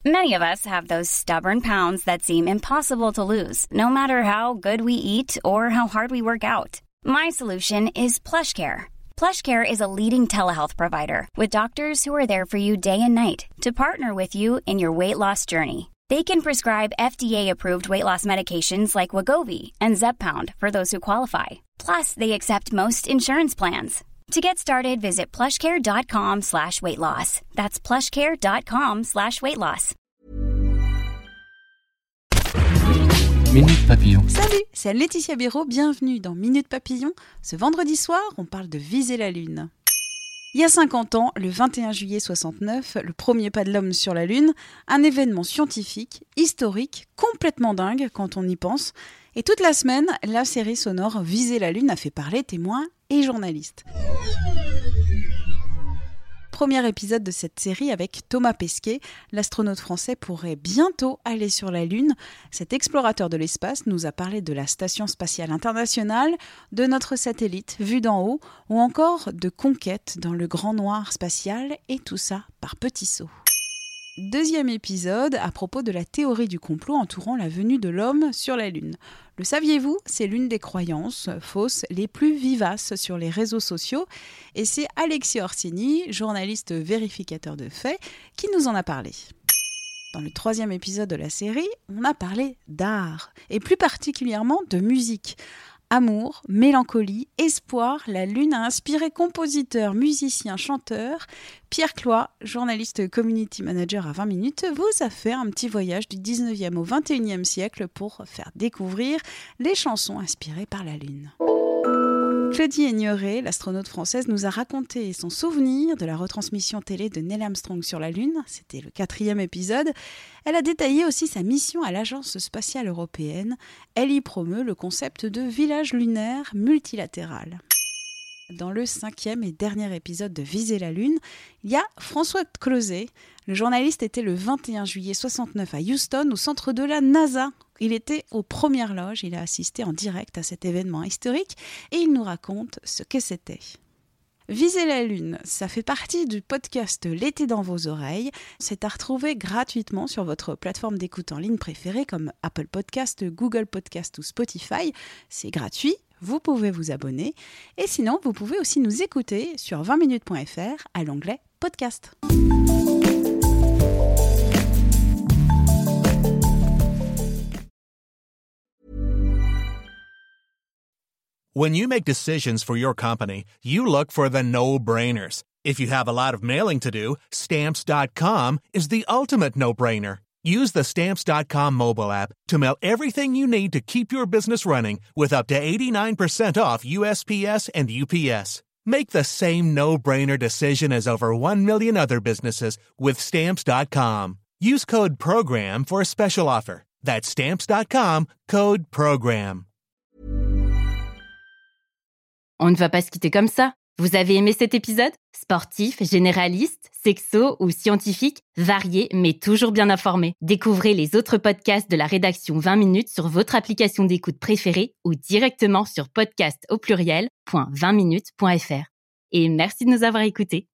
Many of us have those stubborn pounds that seem impossible to lose, no matter how good we eat or how hard we work out. My solution is PlushCare. PlushCare is a leading telehealth provider with doctors who are there for you day and night to partner with you in your weight loss journey. They can prescribe FDA-approved weight loss medications like Wegovy and Zepbound for those who qualify. Plus, they accept most insurance plans. To get started, visit plushcare.com/weightloss. That's plushcare.com/weightloss. Minute Papillon. Salut, c'est Laetitia Béraud, bienvenue dans Minute Papillon. Ce vendredi soir, on parle de viser la Lune. Il y a 50 ans, le 21 juillet 69, le premier pas de l'homme sur la Lune, un événement scientifique, historique, complètement dingue quand on y pense. Et toute la semaine, la série sonore Viser la Lune a fait parler témoins et journalistes. Premier épisode de cette série avec Thomas Pesquet, l'astronaute français pourrait bientôt aller sur la Lune. Cet explorateur de l'espace nous a parlé de la Station spatiale internationale, de notre satellite vu d'en haut, ou encore de conquête dans le grand noir spatial, et tout ça par petits sauts. Deuxième épisode à propos de la théorie du complot entourant la venue de l'homme sur la Lune. Le saviez-vous ? C'est l'une des croyances fausses les plus vivaces sur les réseaux sociaux. Et c'est Alexis Orsini, journaliste vérificateur de faits, qui nous en a parlé. Dans le troisième épisode de la série, on a parlé d'art, et plus particulièrement de musique. Amour, mélancolie, espoir, la Lune a inspiré compositeurs, musiciens, chanteurs. Pierre Cloy, journaliste community manager à 20 minutes, vous a fait un petit voyage du 19e au 21e siècle pour faire découvrir les chansons inspirées par la Lune. Claudie Aigneret, l'astronaute française, nous a raconté son souvenir de la retransmission télé de Neil Armstrong sur la Lune. C'était le 4e épisode. Elle a détaillé aussi sa mission à l'Agence spatiale européenne. Elle y promeut le concept de village lunaire multilatéral. Dans le 5e et dernier épisode de Viser la Lune, il y a François Closet. Le journaliste était le 21 juillet 69 à Houston, au centre de la NASA. Il était aux premières loges, il a assisté en direct à cet événement historique et il nous raconte ce que c'était. Viser la Lune, ça fait partie du podcast L'été dans vos oreilles. C'est à retrouver gratuitement sur votre plateforme d'écoute en ligne préférée comme Apple Podcast, Google Podcast ou Spotify. C'est gratuit, vous pouvez vous abonner. Et sinon, vous pouvez aussi nous écouter sur 20minutes.fr à l'onglet Podcast. When you make decisions for your company, you look for the no-brainers. If you have a lot of mailing to do, Stamps.com is the ultimate no-brainer. Use the Stamps.com mobile app to mail everything you need to keep your business running with up to 89% off USPS and UPS. Make the same no-brainer decision as over 1 million other businesses with Stamps.com. Use code PROGRAM for a special offer. That's Stamps.com, code PROGRAM. On ne va pas se quitter comme ça. Vous avez aimé cet épisode ? Sportif, généraliste, sexo ou scientifique, varié mais toujours bien informé. Découvrez les autres podcasts de la rédaction 20 minutes sur votre application d'écoute préférée ou directement sur podcast@20minutes.fr. Et merci de nous avoir écoutés.